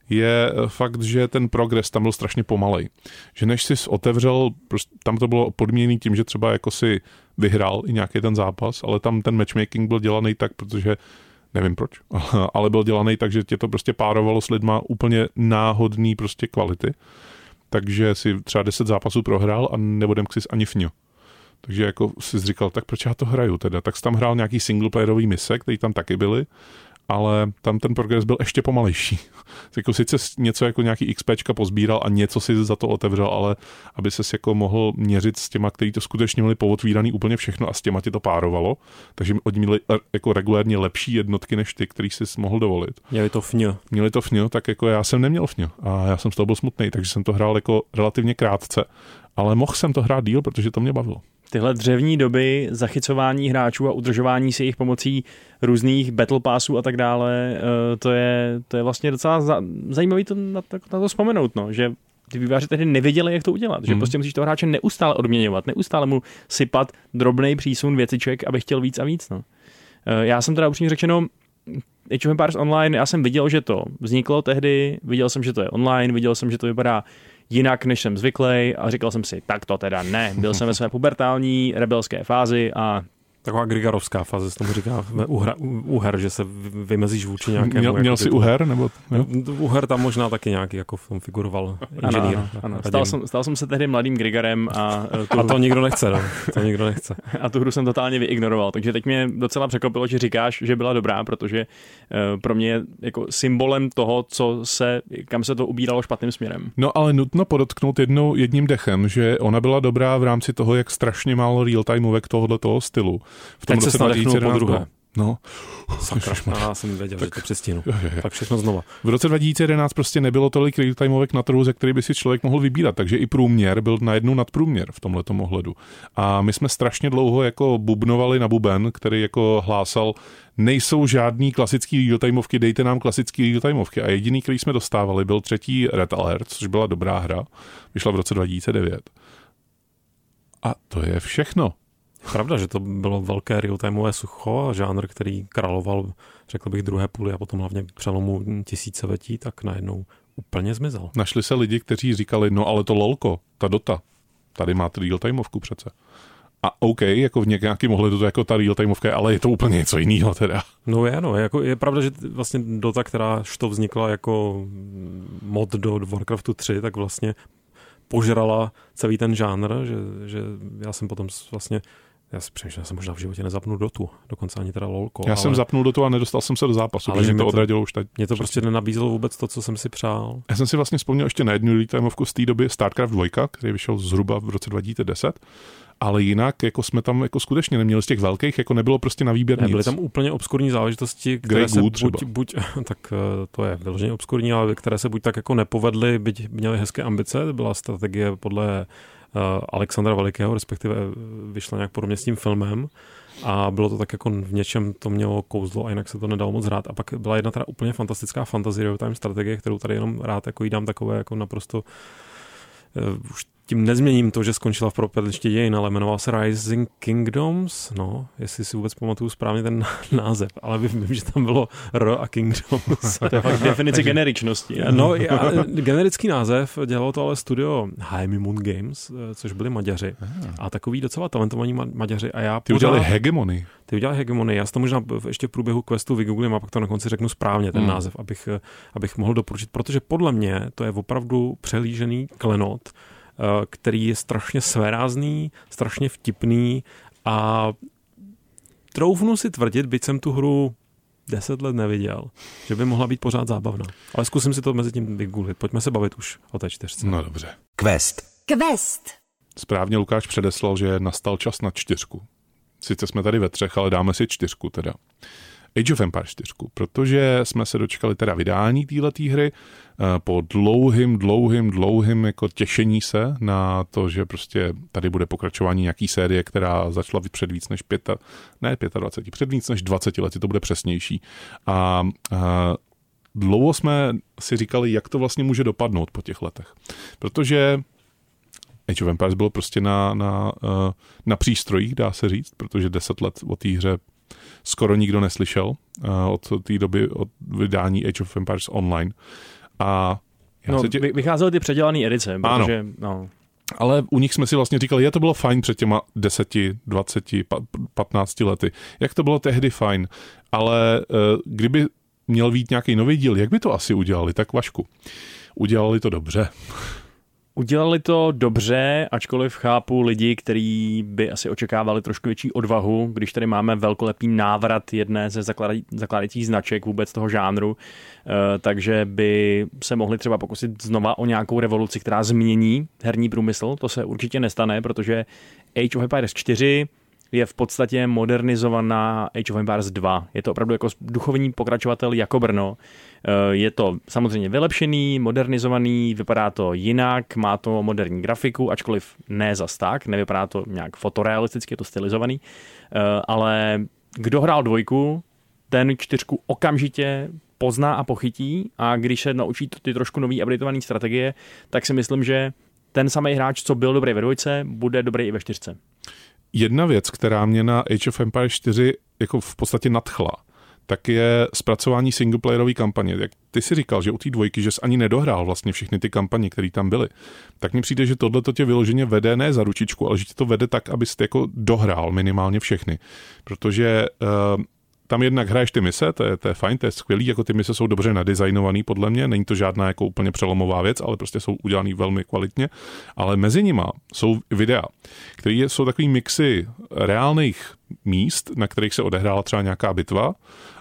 je fakt, že ten progres tam byl strašně pomalej. Že než jsi otevřel, tam to bylo podmíněný tím, že třeba jako si vyhrál i nějaký ten zápas, ale tam ten matchmaking byl dělaný tak, protože nevím proč, ale byl dělaný tak, že tě to prostě párovalo s lidma úplně náhodný prostě kvality. Takže si třeba deset zápasů prohrál a nebudem ksiz ani fňo. Takže jako si říkal, tak proč já to hraju teda? Tak jsi tam hrál nějaký singleplayerový mise, který tam taky byly, ale tam ten progres byl ještě pomalejší. Jako sice něco jako nějaký XPčka pozbíral a něco si za to otevřel, ale aby ses jako mohl měřit s těma, kteří to skutečně měli pootvíraný úplně všechno a s těma ti to párovalo, takže oni měli jako regulérně lepší jednotky než ty, který si mohl dovolit. Měli to fňo. Měli to fňo, tak jako já jsem neměl fňo a já jsem z toho byl smutný, takže jsem to hrál jako relativně krátce, ale mohl jsem to hrát díl, protože to mě bavilo. Tyhle dřevní doby zachycování hráčů a udržování si jich pomocí různých battle passů a tak dále, to je, to je vlastně docela zajímavý to na, to, na to vzpomenout, no, že ty vývojáři tehdy nevěděli, jak to udělat, že hmm. prostě musíš toho hráče neustále odměňovat, neustále mu sypat drobnej přísun věciček, aby chtěl víc a víc. No. Já jsem teda upřímně řečeno, Age of Empires Online, já jsem viděl, že to vzniklo tehdy, viděl jsem, že to je online, viděl jsem, že to vypadá jinak, než jsem zvyklý a říkal jsem si, tak to teda ne. Byl jsem ve své pubertální rebelské fázi a Taková Grigarovská fáze, se tomu říká u, hra, u, u her, že se vymezíš vůči nějakému... Měl, měl jsi u her? Nebo, u her tam možná taky nějaký, jako v tom figuroval inženýr. Ano, ano. Stal, jsem, stal jsem se tehdy mladým Grigarem a... Tu... A to nikdo nechce, no. To nikdo nechce. A tu hru jsem totálně vyignoroval, takže teď mě docela překvapilo, že říkáš, že byla dobrá, protože uh, pro mě je jako symbolem toho, co se, kam se to ubíralo špatným směrem. No ale nutno podotknout jednou, jedním dechem, že ona byla dobrá v rámci toho, jak strašně málo real-timeovek tohoto stylu. V tom teď se nadechnul po druhé. No. Sakra, já jsem věděl, tak, že to přestíhnu. Jo, jo, jo. Tak všechno znova. V roce dva tisíce jedenáct prostě nebylo tolik real-timeovek na trhu, ze který by si člověk mohl vybírat, takže i průměr byl najednou nadprůměr v tomhletom ohledu. A my jsme strašně dlouho jako bubnovali na buben, který jako hlásal, nejsou žádný klasický real-timeovky, dejte nám klasický real-timeovky. A jediný, který jsme dostávali, byl třetí Red Alert, což byla dobrá hra. Vyšla v roce dva tisíce devět. A to je všechno. Pravda, že to bylo velké real-timeové sucho a žánr, který královal, řekl bych, druhé půly a potom hlavně přelomu tisíciletí, tak najednou úplně zmizel. Našli se lidi, kteří říkali, no ale to lolko, ta Dota, tady máte real-timeovku přece. A OK, jako v nějakém ohledu to jako ta real-timeovka, ale je to úplně něco jiného teda. No je, no, jako je pravda, že vlastně Dota, která to vznikla jako mod do Warcraftu tři, tak vlastně požrala celý ten žánr, že, že já jsem potom vlastně Já si přemýšlím, že jsem možná v životě nezapnul Dotu, dokonce ani teda lolko. Já ale... jsem zapnul Dotu a nedostal jsem se do zápasu, ale protože mě to odradilo už teď. Mě to prostě nenabízelo vůbec to, co jsem si přál. Já jsem si vlastně vzpomněl ještě na jednu real-timeovku z té doby, StarCraft dva, který vyšel zhruba v roce dva tisíce deset, ale jinak jako jsme tam jako skutečně neměli z těch velkých, jako nebylo prostě na výběr ne, nic. Byly tam úplně obskurní záležitosti, které Grey se Goo buď, buď, tak to je vyloženě obskurní, ale které se buď tak jako nepovedly, byť měly hezké ambice, to byla strategie podle Alexandra Velikého, respektive vyšla nějak podobně s tím filmem a bylo to tak jako v něčem to mělo kouzlo a jinak se to nedalo moc hrát. A pak byla jedna teda úplně fantastická fantasy real-time strategie, kterou tady jenom rád jako jí dám takové jako naprosto uh, už tím nezměním to, že skončila v propěliště dějin, ale jmenoval se Rising Kingdoms, no, jestli si vůbec pamatuju správně ten název, ale vím, že tam bylo R a Kingdoms. To je fakt definice generičnosti. No, a generický název dělalo to ale studio High Moon Games, což byli Maďaři. A takový docela talentovaní Maďaři. A já Ty udělali hegemony. Ty udělali hegemony. Já si to možná ještě v průběhu questu vygooglím a pak to na konci řeknu správně, ten hmm. název, abych, abych mohl doporučit, protože podle mě to je opravdu přehlížený klenot, který je strašně svérázný, strašně vtipný a troufnu si tvrdit, byť jsem tu hru deset let neviděl, že by mohla být pořád zábavná. Ale zkusím si to mezi tím vygooglit. Pojďme se bavit už o té čtyřce. No dobře. Quest. Quest. Správně Lukáš předeslal, že nastal čas na čtyřku. Sice jsme tady ve třech, ale dáme si čtyřku teda. Age of Empires čtyři, protože jsme se dočkali teda vydání téhletý hry po dlouhým, dlouhým, dlouhým jako těšení se na to, že prostě tady bude pokračování nějaký série, která začala před víc než pět, ne dvacet pět, před víc než dvaceti lety, to bude přesnější. A, a dlouho jsme si říkali, jak to vlastně může dopadnout po těch letech. Protože Age of Empires bylo prostě na, na, na přístrojích, dá se říct, protože deset let o té hře skoro nikdo neslyšel uh, od té doby, od vydání Age of Empires Online. A já no, se tě... vycházely ty předělané edice, protože... Ano. No. Ale u nich jsme si vlastně říkali, je to bylo fajn před těma deseti, dvaceti, patnácti lety. Jak to bylo tehdy fajn. Ale uh, kdyby měl být nějaký nový díl, jak by to asi udělali? Tak Vašku, udělali to dobře. Udělali to dobře, ačkoliv chápu lidi, kteří by asi očekávali trošku větší odvahu, když tady máme velkolepý návrat jedné ze zakládajících značek vůbec toho žánru, takže by se mohli třeba pokusit znova o nějakou revoluci, která změní herní průmysl. To se určitě nestane, protože Age of Empires čtyři je v podstatě modernizovaná Age of Empires dva. Je to opravdu jako duchovní pokračovatel jako Brno. Je to samozřejmě vylepšený, modernizovaný, vypadá to jinak, má to moderní grafiku, ačkoliv ne zas tak, nevypadá to nějak fotorealisticky, je to stylizovaný, ale kdo hrál dvojku, ten čtyřku okamžitě pozná a pochytí a když se naučí ty trošku nový updateované strategie, tak si myslím, že ten samý hráč, co byl dobrý ve dvojce, bude dobrý i ve čtyřce. Jedna věc, která mě na Age of Empires čtyři jako v podstatě nadchla, tak je zpracování singleplayerové kampaně. Jak ty si říkal, že u té dvojky, že jsi ani nedohrál vlastně všechny ty kampaně, které tam byly, tak mi přijde, že tohle to tě vyloženě vede ne za ručičku, ale že tě to vede tak, abys jako dohrál minimálně všechny. Protože uh, tam jednak hraješ ty mise, to je, to je fajn, to je skvělý, jako ty mise jsou dobře nadizajnovaný podle mě, není to žádná jako úplně přelomová věc, ale prostě jsou udělaný velmi kvalitně, ale mezi nima jsou videa, které jsou takový mixy reálných míst, na kterých se odehrála třeba nějaká bitva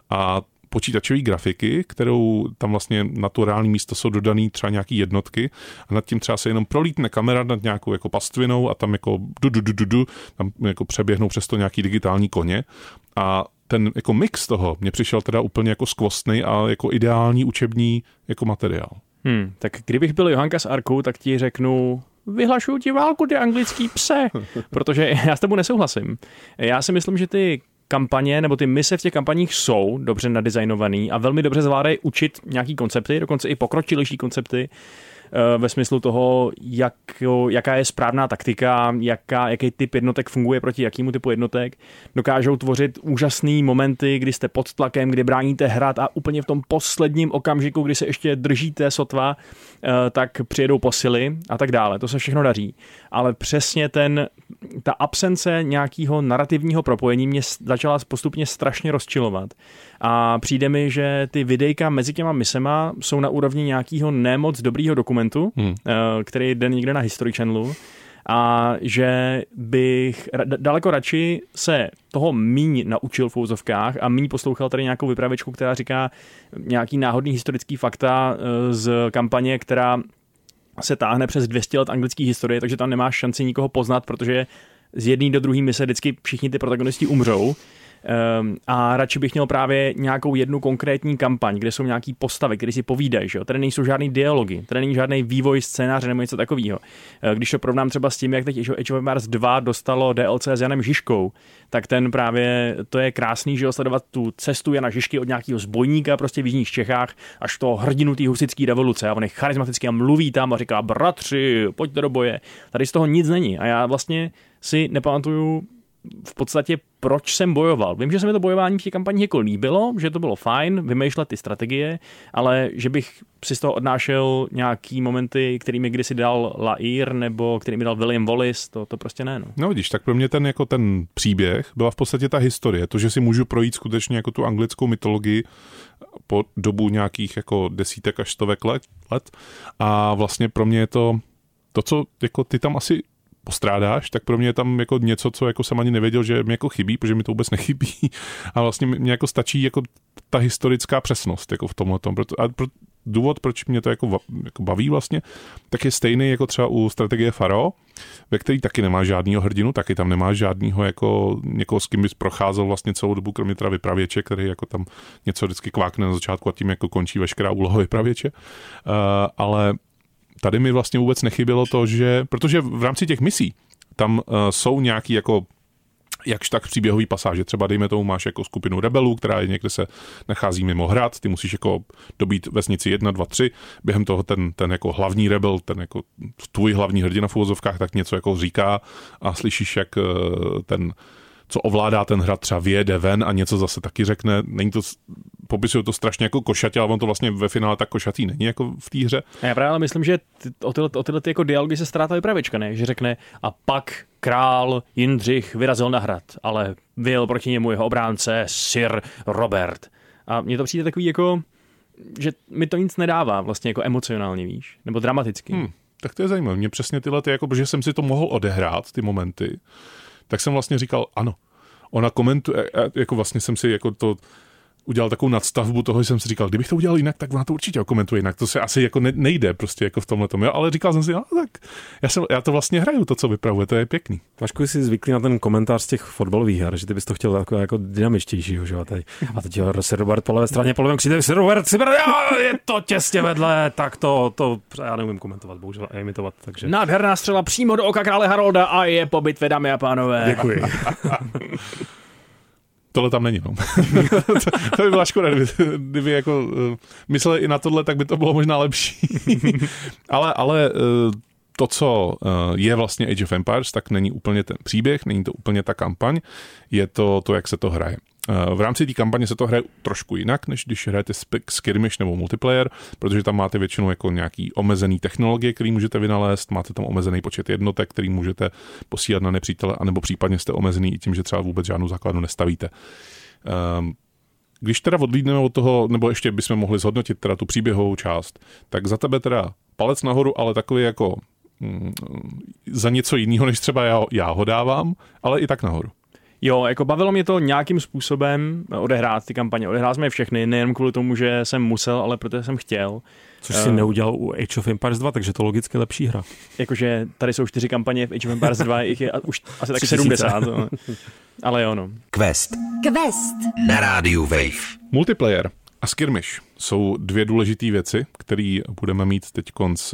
a počítačové grafiky, kterou tam vlastně na to reální místo jsou dodaný třeba nějaký jednotky a nad tím třeba se jenom prolítne kamera nad nějakou jako pastvinou a tam jako du, du, du, du, du, tam jako přeběhnou přes to nějaký digitální koně a ten jako mix toho mě přišel teda úplně jako skvostnej a jako ideální učební jako materiál. Hmm, tak kdybych byl Johanka s Arkou, tak ti řeknu, vyhlašuju ti válku, ty anglický pse, protože já s tebou nesouhlasím. Já si myslím, že ty kampaně nebo ty mise v těch kampaních jsou dobře nadizajnovaný a velmi dobře zvládají učit nějaký koncepty, dokonce i pokročilejší koncepty, ve smyslu toho, jak, jaká je správná taktika, jaká, jaký typ jednotek funguje proti jakému typu jednotek. Dokážou tvořit úžasné momenty, kdy jste pod tlakem, kdy bráníte hrad a úplně v tom posledním okamžiku, kdy se ještě držíte sotva, tak přijedou posily a tak dále. To se všechno daří. Ale přesně ten, ta absence nějakého narrativního propojení mě začala postupně strašně rozčilovat. A přijde mi, že ty videjka mezi těma misema jsou na úrovni nějakého nemoc dobrýho dokumentu, hmm. který jde někde na History Channelu, a že bych daleko radši se toho míň naučil v úzovkách a míň poslouchal tady nějakou vypravěčku, která říká nějaký náhodný historický fakta z kampaně, která se táhne přes dvě stě let anglické historie, takže tam nemáš šanci nikoho poznat, protože z jedné do druhé mise vždycky všichni ty protagonisti umřou. Um, a radši bych měl právě nějakou jednu konkrétní kampaň, kde jsou nějaký postavy, které si povídají, že jo. Tady nejsou žádný dialogy, tady není žádný vývoj scénáře nebo něco takového. Když to porovnám třeba s tím, jak teď Age of Empires dva dostalo D L C s Janem Žižkou, tak ten právě, to je krásný, že jo, sledovat tu cestu Jana Žižky od nějakého zbojníka prostě v jižních Čechách až toho hrdinu té husitské revoluce a on je charismatický a mluví tam a říká bratři, pojďte do boje. Tady z toho nic není a já vlastně si nepamatuju v podstatě, proč jsem bojoval. Vím, že se mi to bojování v těch kampaních jako líbilo, že to bylo fajn, vymýšlet ty strategie, ale že bych si z toho odnášel nějaký momenty, který mi kdysi dal Lair nebo který mi dal William Wallace, to, to prostě ne. No. no vidíš, tak pro mě ten jako ten příběh byla v podstatě ta historie, to, že si můžu projít skutečně jako tu anglickou mytologii po dobu nějakých jako desítek až stovek let, let a vlastně pro mě je to to, co jako ty tam asi postrádáš, tak pro mě je tam jako něco, co jako jsem ani nevěděl, že mi jako chybí, protože mi to vůbec nechybí. A vlastně mě jako stačí jako ta historická přesnost jako v tomhletom. A důvod, proč mě to jako baví vlastně, tak je stejný jako třeba u strategie Faro, ve který taky nemá žádnýho hrdinu, taky tam nemá žádnýho jako někoho, s kým bys procházel vlastně celou dobu, kromě teda vypravěče, který jako tam něco vždycky kvákne na začátku a tím jako končí veškerá úloha vypravěče. Uh, ale tady mi vlastně vůbec nechybělo to, že, protože v rámci těch misí tam uh, jsou nějaký jako jakž tak příběhový pasáže. Třeba dejme tomu, máš jako skupinu rebelů, která je někde se nachází mimo hrad, ty musíš jako dobít vesnici jedna, dva, tři, během toho ten, ten jako hlavní rebel, ten jako tvůj hlavní hrdina v uvozovkách, tak něco jako říká a slyšíš, jak uh, ten co ovládá ten hrad, třeba vyjede ven a něco zase taky řekne. Není to, popisují to strašně jako košatě, ale on to vlastně ve finále tak košatý není jako v té hře. A já právě ale myslím, že ty, o, tyhle, o tyhle ty jako dialogy se stará ta vypravěčka, ne? Že řekne a pak král Jindřich vyrazil na hrad, ale vyjel proti němu jeho obránce Sir Robert. A mně to přijde takový jako, že mi to nic nedává vlastně jako emocionálně, víš? Nebo dramaticky. Hmm, tak to je zajímavé. Mě přesně tyhle, ty, jako, protože jsem si to mohl odehrát, ty momenty, tak jsem vlastně říkal, ano, ona komentuje, jako vlastně jsem si jako to udělal takovou nadstavbu toho, že jsem si říkal, kdybych to udělal jinak, tak ona to určitě komentuje jinak, to se asi jako ne, nejde prostě jako v tomhletom, jo? Ale říkal jsem si, no, tak já, jsem, já to vlastně hraju, to, co vypravuje, to je pěkný. Vašku, jsi zvyklý na ten komentář z těch fotbalových her, že ty bys to chtěl jako, jako dynamičtějšího, že jo, tady. A teď Sir Robert po levé straně, po levém křídle, Sir Robert, Sir Robert, je to těsně vedle, tak to, to já neumím komentovat, bohužel, a imitovat, takže. Nádherná střela přímo do oka krále Harolda a je po bitvě, dámy a pánové. Děkuji. Tohle tam není, no. to, to by byla škoda, kdyby, kdyby jako uh, mysleli i na tohle, tak by to bylo možná lepší. ale ale uh, to, co uh, je vlastně Age of Empires, tak není úplně ten příběh, není to úplně ta kampaň, je to to, jak se to hraje. V rámci té kampaně se to hraje trošku jinak, než když hrajete skirmish nebo multiplayer, protože tam máte většinou jako nějaký omezený technologie, který můžete vynalézt, máte tam omezený počet jednotek, který můžete posílat na nepřítele, anebo případně jste omezený i tím, že třeba vůbec žádnou základnu nestavíte. Když teda odlídneme od toho, nebo ještě bychom mohli zhodnotit teda tu příběhovou část, tak za tebe teda palec nahoru, ale takový jako mm, za něco jiného, než třeba já, já ho dávám, ale i tak nahoru. Jo, jako bavilo mě to nějakým způsobem odehrát ty kampaně. Odehrál jsme je všechny, nejen kvůli tomu, že jsem musel, ale protože jsem chtěl. Což si uh, neudělal u Age of Empires dva, takže to logicky lepší hra. Jakože tady jsou čtyři kampaně, v Age of Empires dva jich je už asi tak sedmdesát. Ale jo, no. Quest. Quest. Na rádiu Wave. Multiplayer a skirmish jsou dvě důležité věci, které budeme mít teď konc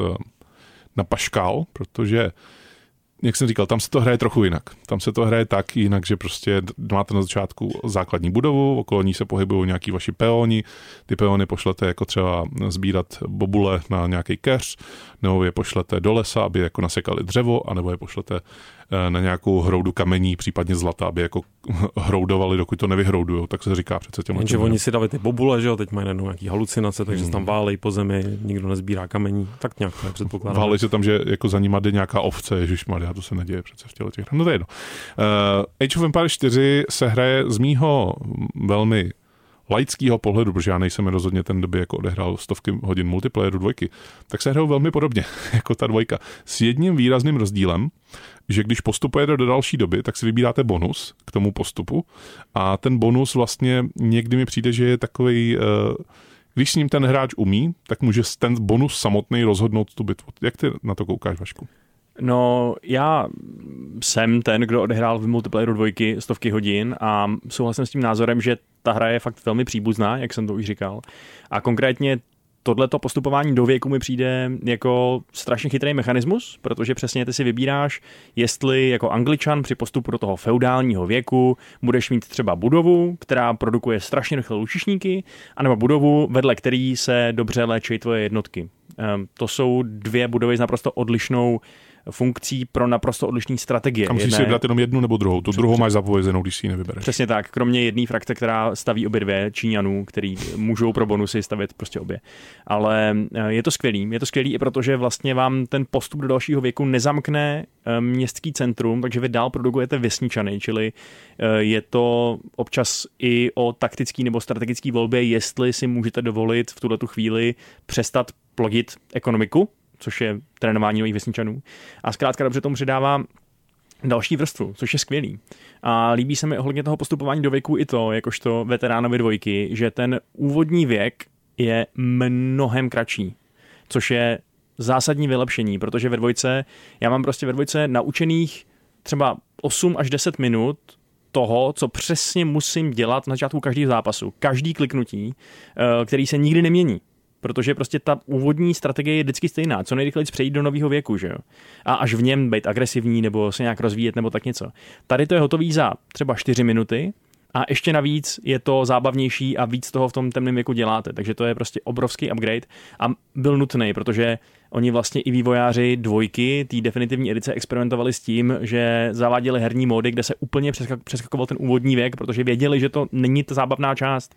na paškál, protože jak jsem říkal, tam se to hraje trochu jinak. Tam se to hraje tak jinak, že prostě máte na začátku základní budovu, okolo ní se pohybují nějaký vaši peoni, ty peony pošlete jako třeba sbírat bobule na nějaký keř, nebo je pošlete do lesa, aby jako nasekali dřevo, anebo je pošlete na nějakou hroudu kamení, případně zlata, aby jako hroudovali, dokud to nevyhroudujou, tak se říká přece těm. Jenže oni si dali ty bobule, že jo, teď mají najednou nějaký halucinace, takže hmm. se tam válejí po zemi, nikdo nezbírá kamení, tak nějak to předpokládám. Válejí se tam, že jako za nima jde nějaká ovce, ježišmarja, to se neděje přece v těle těch. No to je jedno. Uh, Age of Empires čtyři se hraje z mýho velmi laického pohledu, protože já nejsem rozhodně ten doby, jako odehrál stovky hodin multiplayeru dvojky, tak se hrajou velmi podobně jako ta dvojka. S jedním výrazným rozdílem, že když postupujete do další doby, tak si vybíráte bonus k tomu postupu a ten bonus vlastně někdy mi přijde, že je takovej, když s ním ten hráč umí, tak může ten bonus samotný rozhodnout tu bitvu. Jak ty na to koukáš, Vašku? No, já jsem ten, kdo odehrál v multiplayeru dvojky stovky hodin a souhlasím s tím názorem, že ta hra je fakt velmi příbuzná, jak jsem to už říkal. A konkrétně tohleto postupování do věku mi přijde jako strašně chytrý mechanismus, protože přesně ty si vybíráš, jestli jako Angličan při postupu do toho feudálního věku budeš mít třeba budovu, která produkuje strašně rychle lučišníky, anebo budovu, vedle který se dobře léčí tvoje jednotky. To jsou dvě budovy s naprosto odlišnou funkcí pro naprosto odlišné strategie. A musíš si vybrat jenom jednu nebo druhou. Tu druhou máš zapovězenou, když si ji nevybereš. Přesně tak, kromě jedné frakce, která staví obě dvě, Číňanů, který můžou pro bonusy stavět prostě obě. Ale je to skvělý. Je to skvělý i protože vlastně vám ten postup do dalšího věku nezamkne městský centrum, takže vy dál produkujete vesničany, čili je to občas i o taktický nebo strategický volbě, jestli si můžete dovolit v tuhletu chvíli přestat plodit ekonomiku, což je trénování nových vesničanů. A zkrátka dobře tomu přidává další vrstvu, což je skvělý. A líbí se mi ohledně toho postupování do věku i to, jakožto veteránovi dvojky, že ten úvodní věk je mnohem kratší, což je zásadní vylepšení, protože ve dvojce, já mám prostě ve dvojce naučených třeba osm až deset minut toho, co přesně musím dělat na začátku každého zápasu. Každý kliknutí, který se nikdy nemění. Protože prostě ta úvodní strategie je vždycky stejná. Co nejrychleji přejít do nového věku, že jo? A až v něm být agresivní nebo se nějak rozvíjet nebo tak něco. Tady to je hotový za třeba čtyři minuty a ještě navíc je to zábavnější a víc toho v tom temném věku děláte. Takže to je prostě obrovský upgrade a byl nutný, protože oni vlastně i vývojáři dvojky, té definitivní edice, experimentovali s tím, že zaváděli herní módy, kde se úplně přeskakoval ten úvodní věk, protože věděli, že to není ta zábavná část.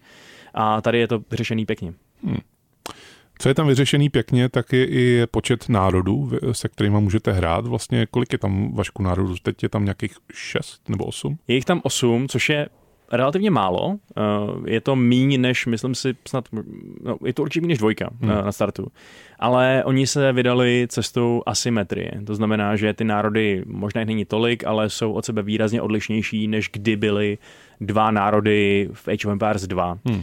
A tady je to vyřešený pěkně. Hmm. Co je tam vyřešený pěkně, tak je i počet národů, se kterými můžete hrát. Vlastně kolik je tam, Vašku, národů? Teď je tam nějakých šest nebo osm? Je jich tam osm, což je relativně málo. Je to míň než, myslím si, snad, no, je to určitě méně než dvojka hmm. na startu. Ale oni se vydali cestou asymetrie. To znamená, že ty národy možná není tolik, ale jsou od sebe výrazně odlišnější, než kdy byly dva národy v Age of Empires dva. Hmm.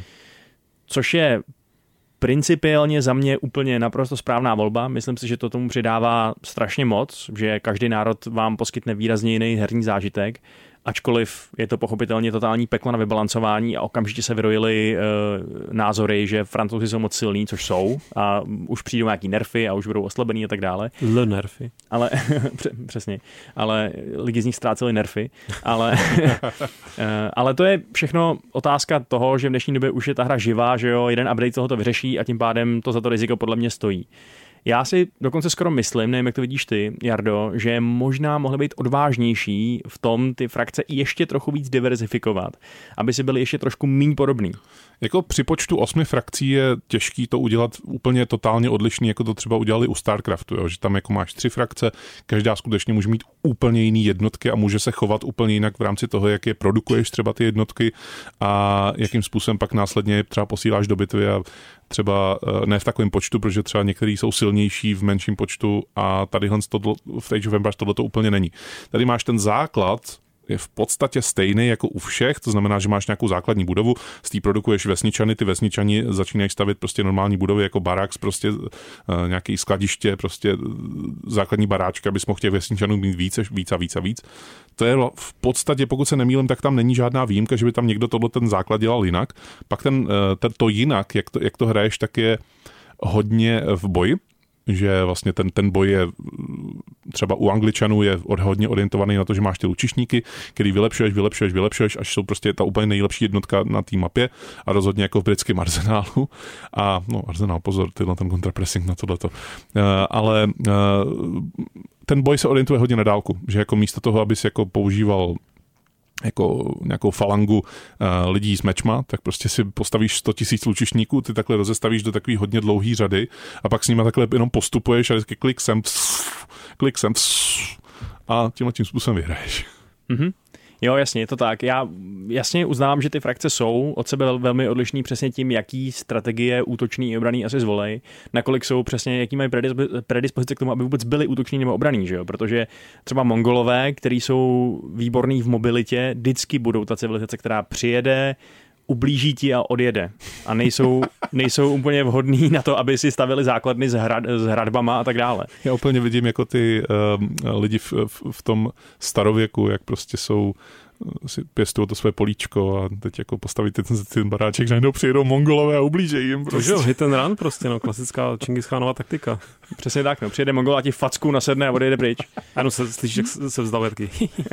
Což je principiálně za mě úplně naprosto správná volba. Myslím si, že to tomu přidává strašně moc, že každý národ vám poskytne výrazně jiný herní zážitek, ačkoliv je to pochopitelně totální peklo na vybalancování a okamžitě se vyrojily e, názory, že Francouzi jsou moc silní, což jsou, a už přijdou nějaký nerfy a už budou oslabený a tak dále. Le nerfy. Ale, přesně, ale lidi z nich ztráceli nerfy, ale, e, ale to je všechno otázka toho, že v dnešní době už je ta hra živá, že jo, jeden update toho to vyřeší a tím pádem to za to riziko podle mě stojí. Já si dokonce skoro myslím, nevím, jak to vidíš ty, Jardo, že možná mohly být odvážnější v tom ty frakce ještě trochu víc diverzifikovat, aby si byly ještě trošku míň podobný. Jako při počtu osmi frakcí je těžký to udělat úplně totálně odlišný, jako to třeba udělali u StarCraftu, jo? Že tam jako máš tři frakce, každá skutečně může mít úplně jiný jednotky a může se chovat úplně jinak v rámci toho, jak je produkuješ třeba ty jednotky a jakým způsobem pak následně třeba posíláš do bitvy a třeba ne v takovém počtu, protože třeba některý jsou silnější v menším počtu a tadyhle v Age of Empires tohle to úplně není. Tady máš ten základ, je v podstatě stejný jako u všech, to znamená, že máš nějakou základní budovu, z té produkuješ vesničany, ty vesničani začínají stavět prostě normální budovy jako barák, prostě uh, nějaký skladiště, prostě základní baráčky, abys mohl těch vesničanů mít víc, víc a víc a víc. To je v podstatě, pokud se nemýlím, tak tam není žádná výjimka, že by tam někdo tohle ten základ dělal jinak. Pak ten, uh, ten to jinak, jak to, jak to hraješ, tak je hodně v boji, že vlastně ten, ten boj je třeba u Angličanů je hodně orientovaný na to, že máš ty lučišníky, který vylepšuješ, vylepšuješ, vylepšuješ, až jsou prostě ta úplně nejlepší jednotka na té mapě a rozhodně jako v britském arzenálu. A no arzenál, pozor, tyhle ten kontrapressing na tohleto. Uh, ale uh, ten boj se orientuje hodně na dálku, že jako místo toho, abys jako používal jako nějakou falangu uh, lidí s mečma, tak prostě si postavíš sto tisíc lučišníků, ty takhle rozestavíš do takový hodně dlouhý řady a pak s nima takhle jenom postupuješ a vždycky klik sem, klik sem a tímhle tím způsobem vyhraješ. Mm-hmm. Jo, jasně, je to tak. Já jasně uznávám, že ty frakce jsou od sebe velmi odlišný přesně tím, jaký strategie útočný i obraný asi zvolej, nakolik jsou přesně, jaký mají predispozice k tomu, aby vůbec byli útoční nebo obraný, že jo? Protože třeba Mongolové, kteří jsou výborní v mobilitě, vždycky budou ta civilizace, která přijede, ublíží ti a odjede. A nejsou, nejsou úplně vhodný na to, aby si stavili základny s, hrad, s hradbama a tak dále. Já úplně vidím jako ty um, lidi v, v, v tom starověku, jak prostě jsou si pěstují to své políčko a teď jako postaví ten, ten baráček, že najednou přijedou Mongolové a ublížejí jim. Prostě. To hit and run prostě, no, klasická Čingischánova taktika. Přesně tak, no, přijede Mongol a ti facku nasedne a odjede pryč. Ano, se, slyšíš, jak se vzdal větky.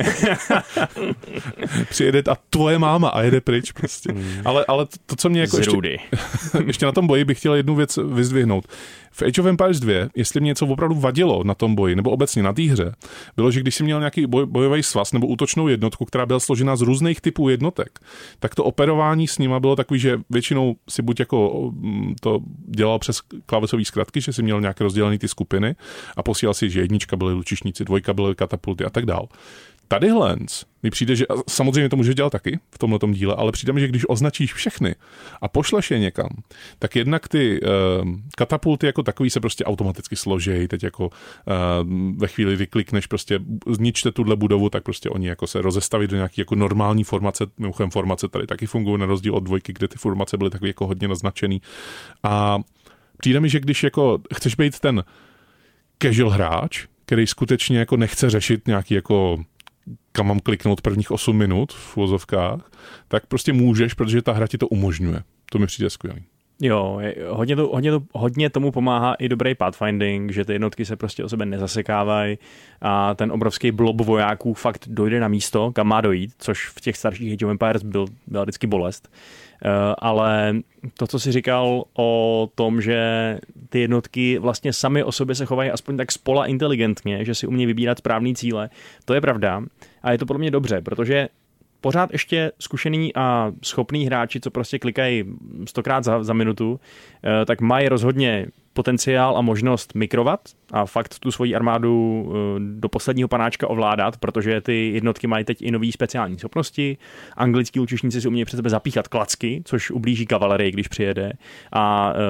Přijede a tvoje máma a jede pryč prostě. Mm. Ale, ale to, to, co mě jako ještě, ještě na tom boji bych chtěl jednu věc vyzdvihnout. V Age of Empires dva, jestli mě něco opravdu vadilo na tom boji, nebo obecně na té hře, bylo, že když jsi měl nějaký boj, bojový svaz nebo útočnou jednotku, která byla složena z různých typů jednotek, tak to operování s nima bylo takový, že většinou si buď jako to dělal přes klávesové zkratky, že si měl nějaké rozdělené ty skupiny a posílal si, že jednička byly lučišníci, dvojka byly katapulty a tak dál. Tadyhle mi přijde, že samozřejmě to může dělat taky v tomhletom díle, ale přijde mi, že když označíš všechny a pošleš je někam, tak jednak ty uh, katapulty jako takový se prostě automaticky složejí. Teď jako uh, ve chvíli vyklikneš prostě zničte tuhle budovu, tak prostě oni jako se rozestaví do nějaký jako normální formace. Mimochodem formace tady taky fungují na rozdíl od dvojky, kde ty formace byly takový jako hodně naznačený. A přijde mi, že když jako chceš být ten casual hráč, který skutečně jako nechce řešit nějaký jako kam mám kliknout prvních osm minut v uvozovkách, tak prostě můžeš, protože ta hra ti to umožňuje. To mi přijde skvělý. Jo, hodně, to, hodně, to, hodně tomu pomáhá i dobrý pathfinding, že ty jednotky se prostě o sebe nezasekávají a ten obrovský blob vojáků fakt dojde na místo, kam má dojít, což v těch starších Age of Empires byl, byla vždycky bolest. Uh, ale to, co jsi říkal o tom, že ty jednotky vlastně sami o sobě se chovají aspoň tak spola inteligentně, že si umějí vybírat správný cíle, to je pravda a je to podle mě dobře, protože pořád ještě zkušený a schopný hráči, co prostě klikají stokrát za, za minutu, tak mají rozhodně potenciál a možnost mikrovat a fakt tu svoji armádu do posledního panáčka ovládat, protože ty jednotky mají teď i nový speciální schopnosti. Anglický lučišníci si umějí před sebe zapíchat klacky, což ublíží kavalerii, když přijede. A e,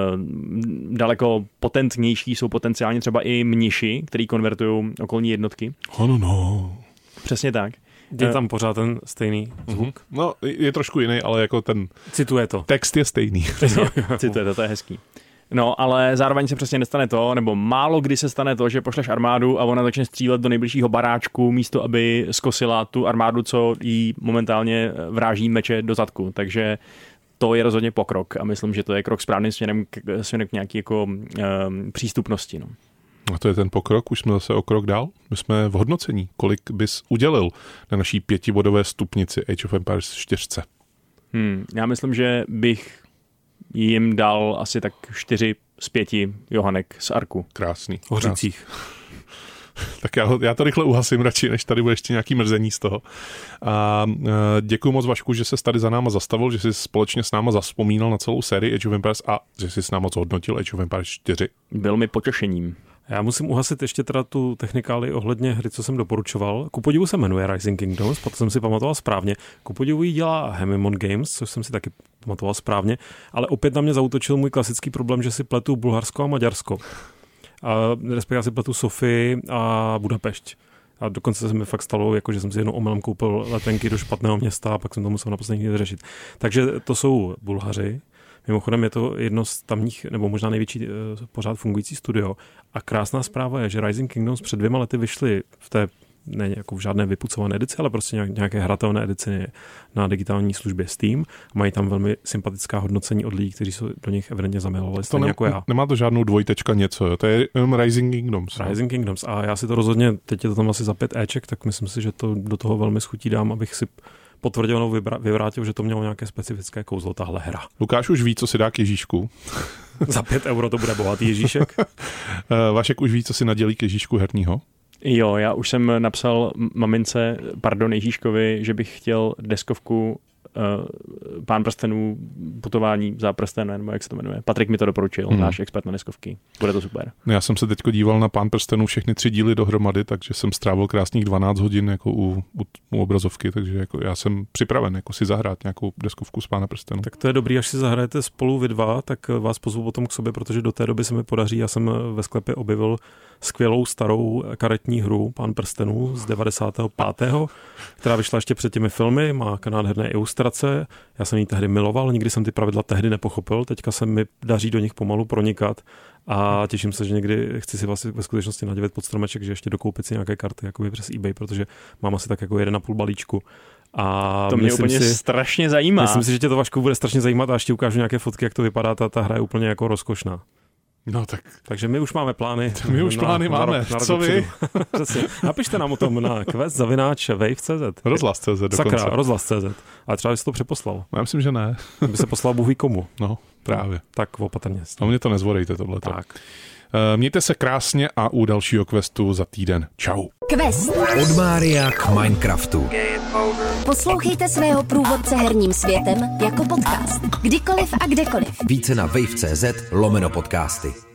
daleko potentnější jsou potenciálně třeba i mniši, který konvertují okolní jednotky. Ano, no. Přesně tak. Je tam pořád ten stejný zvuk? No, je trošku jiný, ale jako ten Cituje to. Text je stejný. Cituje to, to je hezký. No, ale zároveň se přesně nestane to, nebo málo kdy se stane to, že pošleš armádu a ona začne střílet do nejbližšího baráčku, místo aby zkosila tu armádu, co jí momentálně vráží meče do zadku. Takže to je rozhodně pokrok a myslím, že to je krok správným směrem k, směrem k nějaký jako um, přístupnosti. No. A to je ten pokrok, už jsme zase o krok dál. My jsme v hodnocení. Kolik bys udělil na naší pětibodové stupnici Age of Empires čtyři? Hmm, já myslím, že bych jim dal asi tak čtyři z pěti Johanek z Arku. Krásný. Hořících. Tak já, já to rychle uhasím radši, než tady bude ještě nějaký mrzení z toho. A děkuji moc, Vašku, že se tady za náma zastavil, že jsi společně s náma zavzpomínal na celou sérii Age of Empires a že jsi s náma zhodnotil Age of Empires čtyři. Byl mi potěšením. Já musím uhasit ještě teda tu technikáli ohledně hry, co jsem doporučoval. Ku podivu se jmenuje Rising Kingdoms, potom jsem si pamatoval správně. Ku podivu ji dělá Hemimon Games, což jsem si taky pamatoval správně, ale opět na mě zaútočil můj klasický problém, že si pletu Bulharsko a Maďarsko. A respektive si pletu Sofii a Budapešť. A dokonce se mi fakt stalo, jako že jsem si jednou omylem koupil letenky do špatného města a pak jsem to musel na poslední chvíli řešit. Takže to jsou Bulhaři. Mimochodem je to jedno z tamních, nebo možná největší pořád fungující studio. A krásná zpráva je, že Rising Kingdoms před dvěma lety vyšly v té, ne jako v žádné vypucované edici, ale prostě nějaké hratelné edici na digitální službě Steam. Mají tam velmi sympatická hodnocení od lidí, kteří se do nich evidentně zamilovali, stejně ne, jako já. Nemá to žádnou dvojtečka něco, jo? To je jenom Rising Kingdoms. Rising Kingdoms. A já si to rozhodně, teď je to tam asi za pět éček, tak myslím si, že to do toho velmi schutí dám, abych si potvrdil nebo vyvrátil, že to mělo nějaké specifické kouzlo, tahle hra. Lukáš už ví, co si dá k Ježíšku. Za pět euro to bude bohatý Ježíšek. Vašek už ví, co si nadělí k Ježíšku herního. Jo, já už jsem napsal mamince, pardon Ježíškovi, že bych chtěl deskovku uh, Pán prstenů, putování za prsten, nebo jak se to jmenuje. Patrik mi to doporučil, hmm. náš expert na deskovky. Bude to super. No, já jsem se teďko díval na Pán prstenů všechny tři díly dohromady, takže jsem strávil krásných dvanáct hodin jako u, u, u obrazovky, takže jako já jsem připraven jako si zahrát nějakou deskovku z Pána prstenů. Tak to je dobrý, až si zahrajete spolu vy dva, tak vás pozvu potom k sobě, protože do té doby se mi podaří. Já jsem ve sklepě objevil skvělou starou karetní hru Pán prstenů z devadesátého pátého která vyšla ještě před těmi filmy, má nádherné ilustrace. Já jsem ji tehdy miloval, nikdy jsem ty pravidla tehdy nepochopil, teďka se mi daří do nich pomalu pronikat a těším se, že někdy chci si vlastně ve skutečnosti nadělit pod stromeček, že ještě dokoupit si nějaké karty jakoby přes eBay, protože mám asi tak jako jeden a půl balíčku. A to mě úplně si, strašně zajímá. Myslím si, že tě to, Vašku, bude strašně zajímat a ještě ukážu nějaké fotky, jak to vypadá, ta, ta hra je úplně jako rozkošná. No tak. Takže my už máme plány. My už na, plány na máme. Rok, na Co vy? Napište nám o tom na quest zavináč wave tečka cé zet. Rozhlas tečka cé zet dokonce. Sakra, rozhlas tečka cé zet. Ale třeba bys to přeposlal. Já myslím, že ne. By se poslal Bůh ví komu. No, právě. Tak opatrně. A mě to nezvodejte tohleto. Tak. Mějte se krásně a u dalšího questu za týden. Čau. Quest. Od Mária k Minecraftu. Poslouchejte svého průvodce herním světem jako podcast. Kdykoliv a kdekoliv. Více na wave tečka cé zet lomeno podcasty.